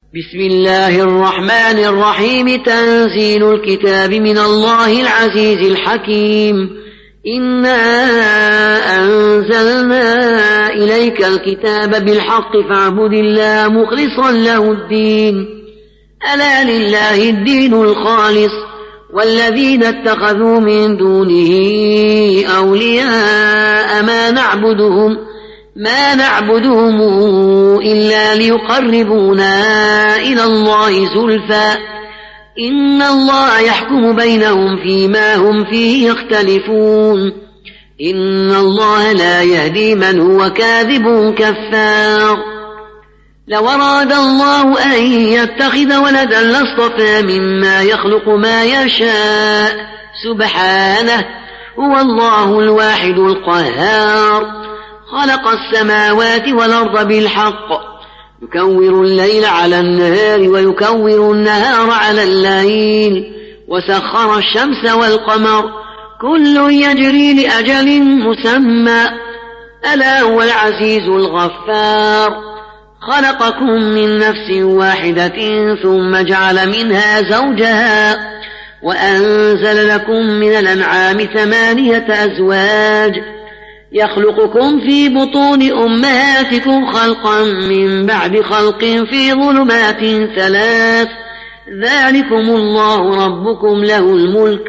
بسم الله الرحمن الرحيم. تنزيل الكتاب من الله العزيز الحكيم. إنا أنزلنا إليك الكتاب بالحق فاعبد الله مخلصا له الدين. ألا لله الدين الخالص والذين اتخذوا من دونه أولياء ما نعبدهم إلا ليقربونا إلى الله زلفى إن الله يحكم بينهم فيما هم فيه يختلفون. إن الله لا يهدي من هو كاذب كفار. لو أراد الله أن يتخذ ولدا لاصطفى مما يخلق ما يشاء سبحانه هو الله الواحد القهار. خلق السماوات والأرض بالحق يكور الليل على النهار ويكور النهار على الليل وسخر الشمس والقمر كل يجري لأجل مسمى ألا هو العزيز الغفار. خلقكم من نفس واحدة ثم جعل منها زوجها وأنزل لكم من الأنعام 8 أزواج يخلقكم في بطون أمهاتكم خلقا من بعد خلق في ظلمات 3 ذلكم الله ربكم له الملك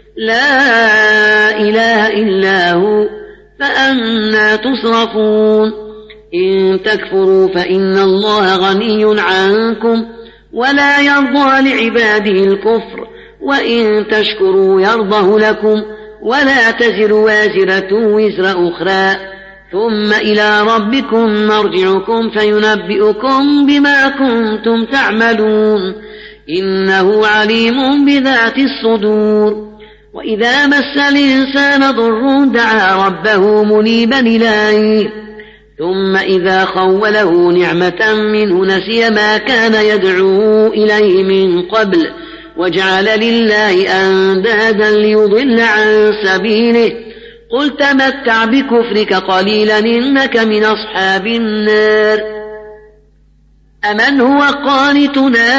لا إله إلا هو فأنى تصرفون. إن تكفروا فإن الله غني عنكم ولا يرضى لعباده الكفر وإن تشكروا يرضه لكم ولا تزر وازرة وزر أخرى ثم إلى ربكم مرجعكم فينبئكم بما كنتم تعملون إنه عليم بذات الصدور. وإذا مس الإنسان ضر دعا ربه منيبا إليه ثم إذا خوله نعمة منه نسي ما كان يدعو إليه من قبل وجعل لله أندادا ليضل عن سبيله قل تمتع بكفرك قليلا إنك من أصحاب النار. أمن هو قانت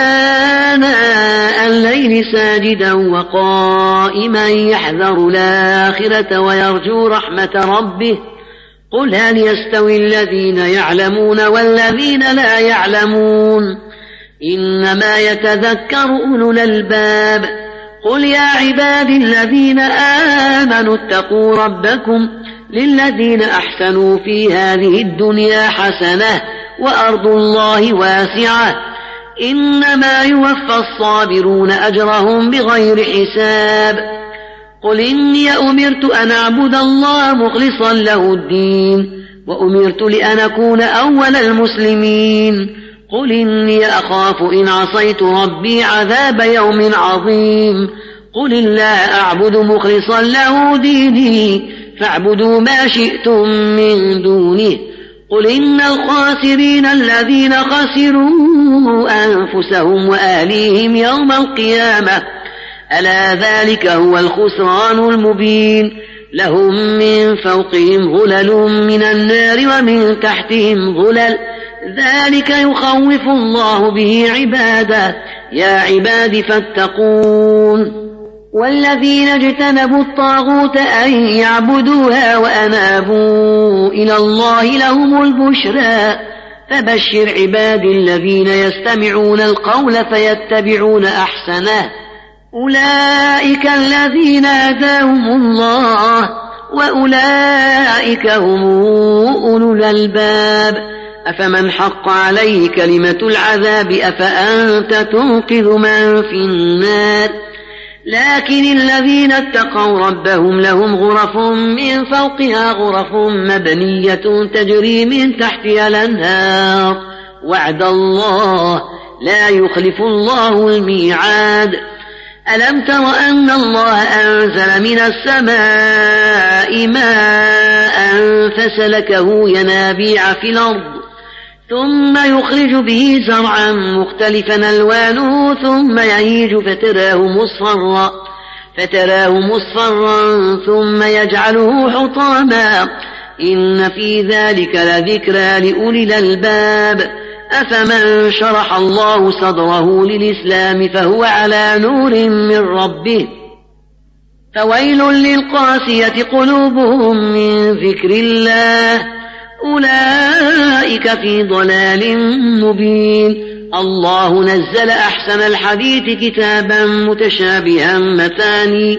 آناء الليل ساجدا وقائما يحذر الآخرة ويرجو رحمة ربه قل هل يستوي الذين يعلمون والذين لا يعلمون إنما يتذكر أولو الألباب. قل يا عبادي الذين آمنوا اتقوا ربكم للذين أحسنوا في هذه الدنيا حسنة وأرض الله واسعة إنما يوفى الصابرون أجرهم بغير حساب. قل إني أمرت أن أعبد الله مخلصا له الدين وأمرت لأن أكون أول المسلمين. قل إني أخاف إن عصيت ربي عذاب يوم عظيم. قل الله أعبد مخلصا له ديني فاعبدوا ما شئتم من دونه. قل إن الخاسرين الذين خسروا أنفسهم وأهليهم يوم القيامة ألا ذلك هو الخسران المبين. لهم من فوقهم ظلل من النار ومن تحتهم ظلل ذلك يخوف الله به عباده يا عباد فاتقون. والذين اجتنبوا الطاغوت أن يعبدوها وأنابوا إلى الله لهم البشرى فبشر عبادي الذين يستمعون القول فيتبعون أحسنه أولئك الذين هداهم الله وأولئك هم أولو الألباب. أفمن حق عليه كلمة العذاب أفأنت تنقذ من في النار. لكن الذين اتقوا ربهم لهم غرف من فوقها غرف مبنية تجري من تحتها الأنهار وعد الله لا يخلف الله الميعاد. ألم تر أن الله أنزل من السماء ماء فسلكه ينابيع في الأرض ثم يخرج به زرعا مختلفا ألوانه ثم يهيج فتراه مصفرا ثم يجعله حطاما إن في ذلك لذكرى لأولي الألباب. أفمن شرح الله صدره للإسلام فهو على نور من ربه فويل للقاسية قلوبهم من ذكر الله أولئك في ضلال مبين الله نزل أحسن الحديث كتابا متشابها مثاني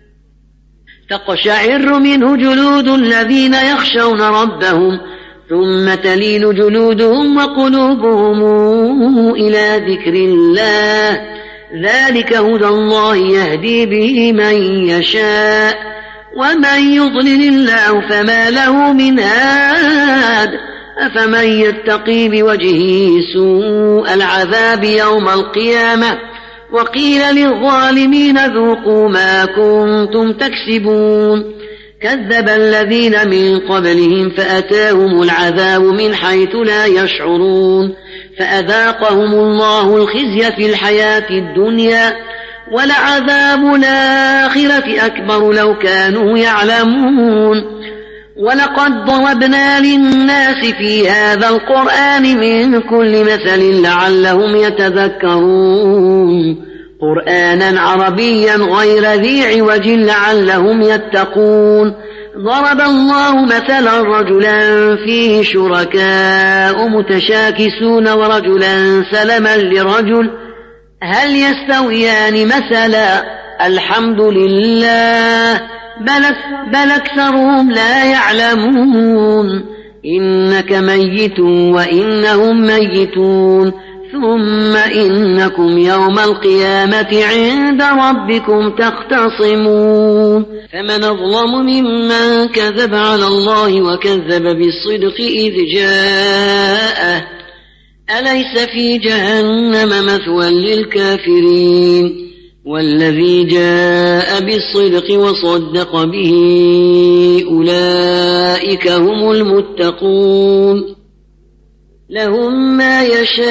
تقشعر منه جلود الذين يخشون ربهم ثم تلين جلودهم وقلوبهم إلى ذكر الله ذلك هدى الله يهدي به من يشاء ومن يضلل الله فما له من هاد أفمن يتقي بوجهه سوء العذاب يوم القيامة وقيل للظالمين ذوقوا ما كنتم تكسبون كذب الذين من قبلهم فأتاهم العذاب من حيث لا يشعرون فأذاقهم الله الخزي في الحياة الدنيا ولعذاب الآخرة أكبر لو كانوا يعلمون ولقد ضربنا للناس في هذا القرآن من كل مثل لعلهم يتذكرون قرآنا عربيا غير ذي عوج لعلهم يتقون ضرب الله مثلا رجلا فيه شركاء متشاكسون ورجلا سلما لرجل هل يستويان مثلا الحمد لله بل أكثرهم لا يعلمون إنك ميت وإنهم ميتون ثم إنكم يوم القيامة عند ربكم تختصمون فمن أظلم ممن كذب على الله وكذب بالصدق إذ جاءه أليس في جهنم مثوى للكافرين والذي جاء بالصدق وصدق به أولئك هم المتقون لهم ما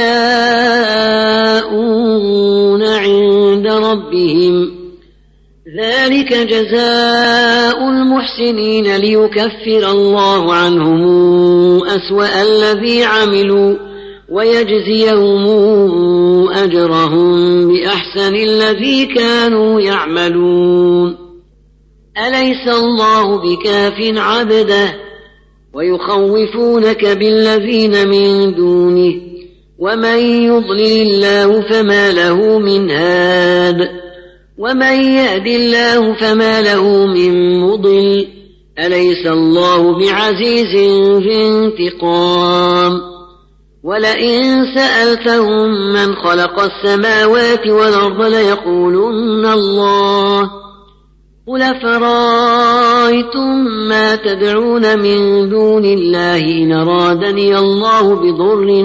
يشاءون عند ربهم ذلك جزاء المحسنين ليكفر الله عنهم أسوأ الذي عملوا ويجزيهم أجرهم بأحسن الذي كانوا يعملون أليس الله بكاف عبده ويخوفونك بالذين من دونه ومن يضلل الله فما له من هاد ومن يهد الله فما له من مضل أليس الله بعزيز ذي انتقام ولئن سألتهم من خلق السماوات والأرض ليقولن الله قل فرأيتم ما تدعون من دون الله إن أرادني الله بضر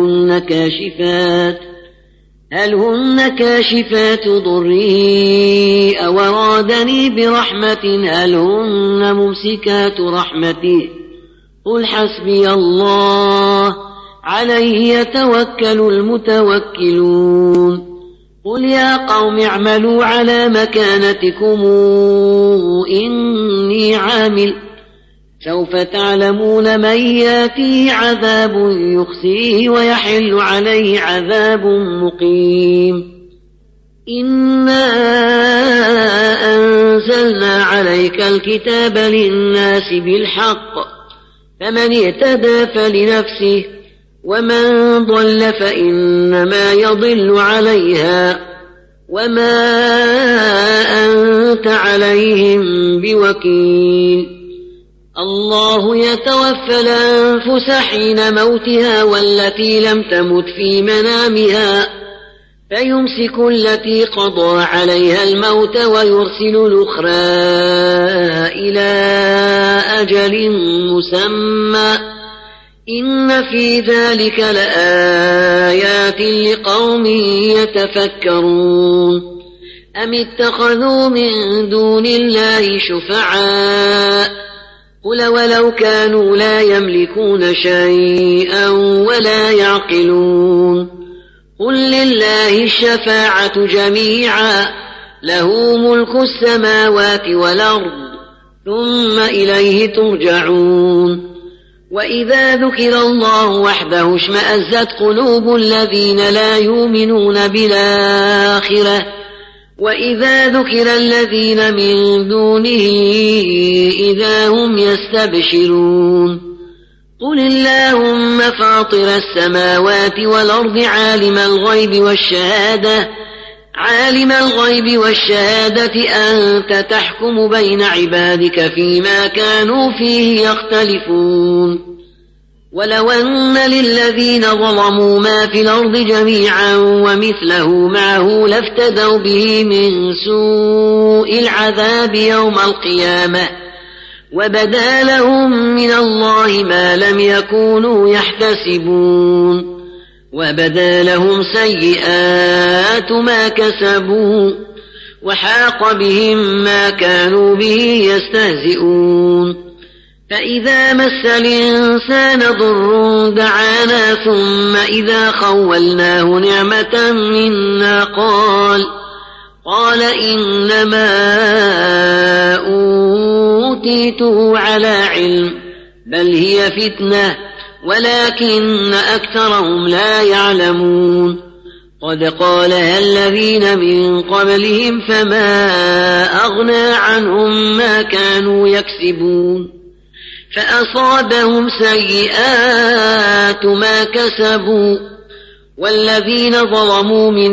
هل هن كاشفات ضره أو أرادني برحمة هل هن ممسكات رحمته قل حسبي الله عليه يتوكل المتوكلون قل يا قوم اعملوا على مكانتكم إني عامل سوف تعلمون من ياتيه عذاب يخزيه ويحل عليه عذاب مقيم إنا أنزلنا عليك الكتاب للناس بالحق فمن اهتدى فلنفسه ومن ضل فإنما يضل عليها وما أنت عليهم بوكيل الله يتوفى الأنفس حين موتها والتي لم تمت في منامها فيمسك التي قضى عليها الموت ويرسل الأخرى إلى أجل مسمى إن في ذلك لآيات لقوم يتفكرون أم اتخذوا من دون الله شفعاء قل ولو كانوا لا يملكون شيئا ولا يعقلون قل لله الشفاعة جميعا له ملك السماوات والأرض ثم إليه ترجعون وإذا ذكر الله وحده اشمأزت قلوب الذين لا يؤمنون بالآخرة وإذا ذكر الذين من دونه إذا هم يستبشرون قل اللهم فاطر السماوات والأرض عالم الغيب والشهادة أنت تحكم بين عبادك فيما كانوا فيه يختلفون ولو أن للذين ظلموا ما في الأرض جميعا ومثله معه لافتدوا به من سوء العذاب يوم القيامة وبدا لهم من الله ما لم يكونوا يحتسبون وبدا لهم سيئات ما كسبوا وحاق بهم ما كانوا به يستهزئون فإذا مس الإنسان ضر دعانا ثم إذا خولناه نعمة منا قال إنما أوتيته على علم بل هي فتنة ولكن أكثرهم لا يعلمون قد قالها الذين من قبلهم فما أغنى عنهم ما كانوا يكسبون فأصابهم سيئات ما كسبوا والذين ظلموا من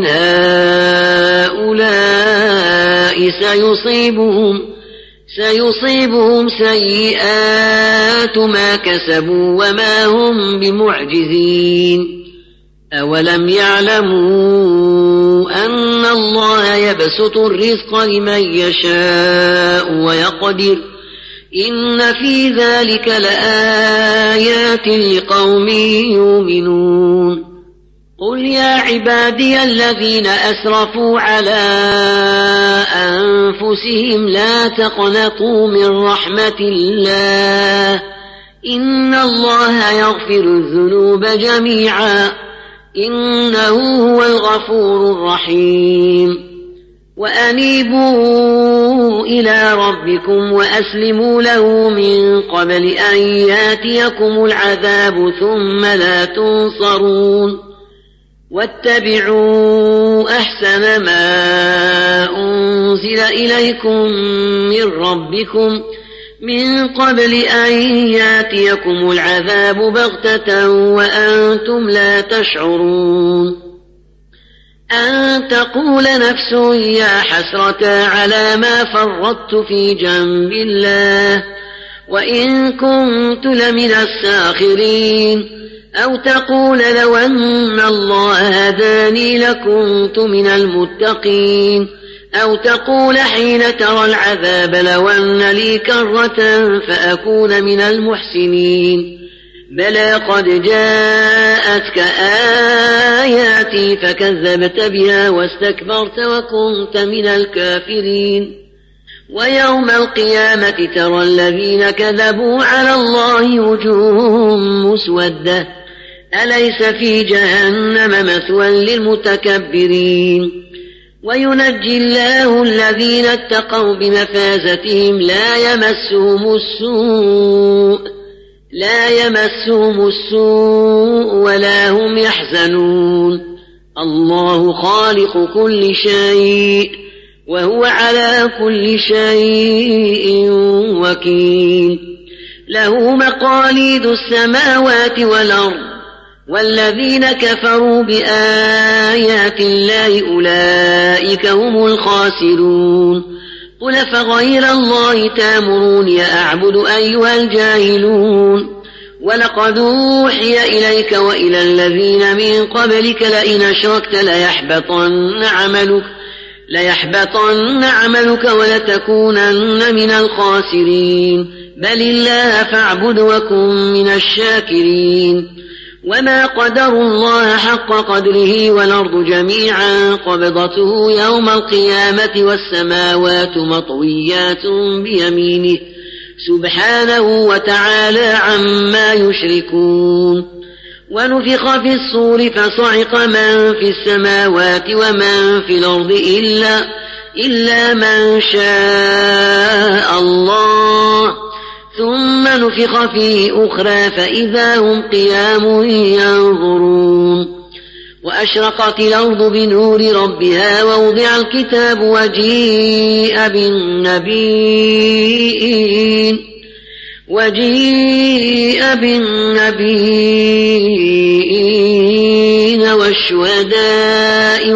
هؤلاء سيصيبهم سيئات ما كسبوا وما هم بمعجزين أولم يعلموا أن الله يبسط الرزق لمن يشاء ويقدر إن في ذلك لآيات لقوم يؤمنون قل يا عبادي الذين أسرفوا على أنفسهم لا تقنطوا من رحمة الله إن الله يغفر الذنوب جميعا إنه هو الغفور الرحيم وأنيبوا إلى ربكم وأسلموا له من قبل أن ياتيكم العذاب ثم لا تنصرون واتبعوا أحسن ما أنزل إليكم من ربكم من قبل أن ياتيكم العذاب بغتة وأنتم لا تشعرون أن تقول نفس يا حسرة على ما فرطت في جنب الله وإن كنت لمن الساخرين أو تقول لو أن الله هداني لكنت من المتقين أو تقول حين ترى العذاب لو أن لي كرة فأكون من المحسنين بلى قد جاءتك آياتي فكذبت بها واستكبرت وكنت من الكافرين ويوم القيامة ترى الذين كذبوا على الله وجوههم مسودة أليس في جهنم مثوى للمتكبرين وينجي الله الذين اتقوا بمفازتهم لا يمسهم السوء ولا هم يحزنون الله خالق كل شيء وهو على كل شيء وكيل له مقاليد السماوات والأرض والذين كفروا بآيات الله أولئك هم الخاسرون قل فغير الله تامروني أعبد أيها الجاهلون ولقد أوحي إليك وإلى الذين من قبلك لئن أشركت ليحبطن عملك ولتكونن من الخاسرين بل الله فاعبد وكن من الشاكرين وما قدروا الله حق قدره والأرض جميعا قبضته يوم القيامة والسماوات مطويات بيمينه سبحانه وتعالى عما يشركون ونفخ في الصور فصعق من في السماوات ومن في الأرض إلا من شاء الله ثم نفخ فيه أخرى فإذا هم قيام ينظرون وأشرقت الأرض بنور ربها ووضع الكتاب وجيء بالنبيين والشهداء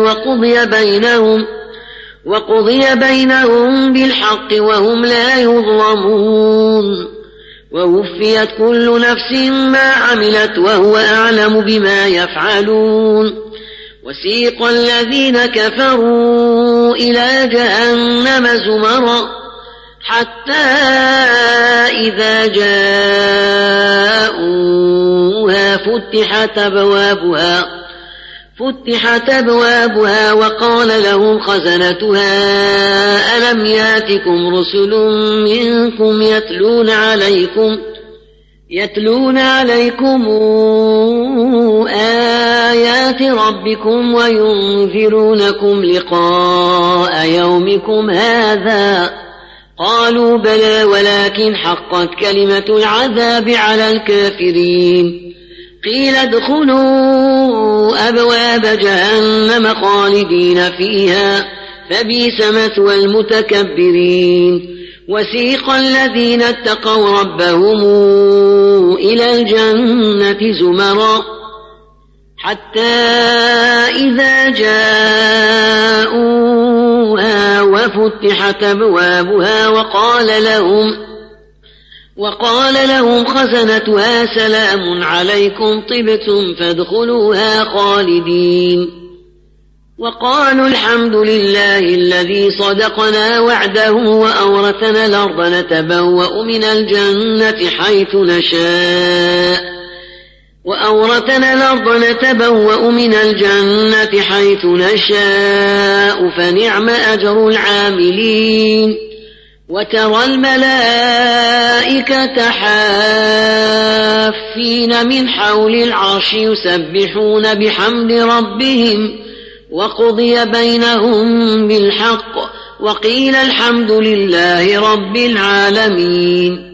وقضي بينهم بالحق وهم لا يظلمون ووفيت كل نفس ما عملت وهو أعلم بما يفعلون وسيق الذين كفروا إلى جهنم زمرا حتى إذا جاءوها فتحت أبوابها وقال لهم خزنتها ألم ياتكم رسل منكم يتلون عليكم آيات ربكم وينذرونكم لقاء يومكم هذا قالوا بلى ولكن حقت كلمة العذاب على الكافرين قيل ادخلوا أبواب جهنم خالدين فيها فبئس مثوى المتكبرين وسيق الذين اتقوا ربهم إلى الجنة زمرا حتى إذا جاءوها وفتحت أبوابها وقال لهم خزنتها سلام عليكم طبتم فادخلوها خالدين وقالوا الحمد لله الذي صدقنا وعده وأورثنا الأرض نتبوأ من الجنة حيث نشاء فنعم أجر العاملين وترى الملائكة حافين من حول العرش يسبحون بحمد ربهم وقضي بينهم بالحق وقيل الحمد لله رب العالمين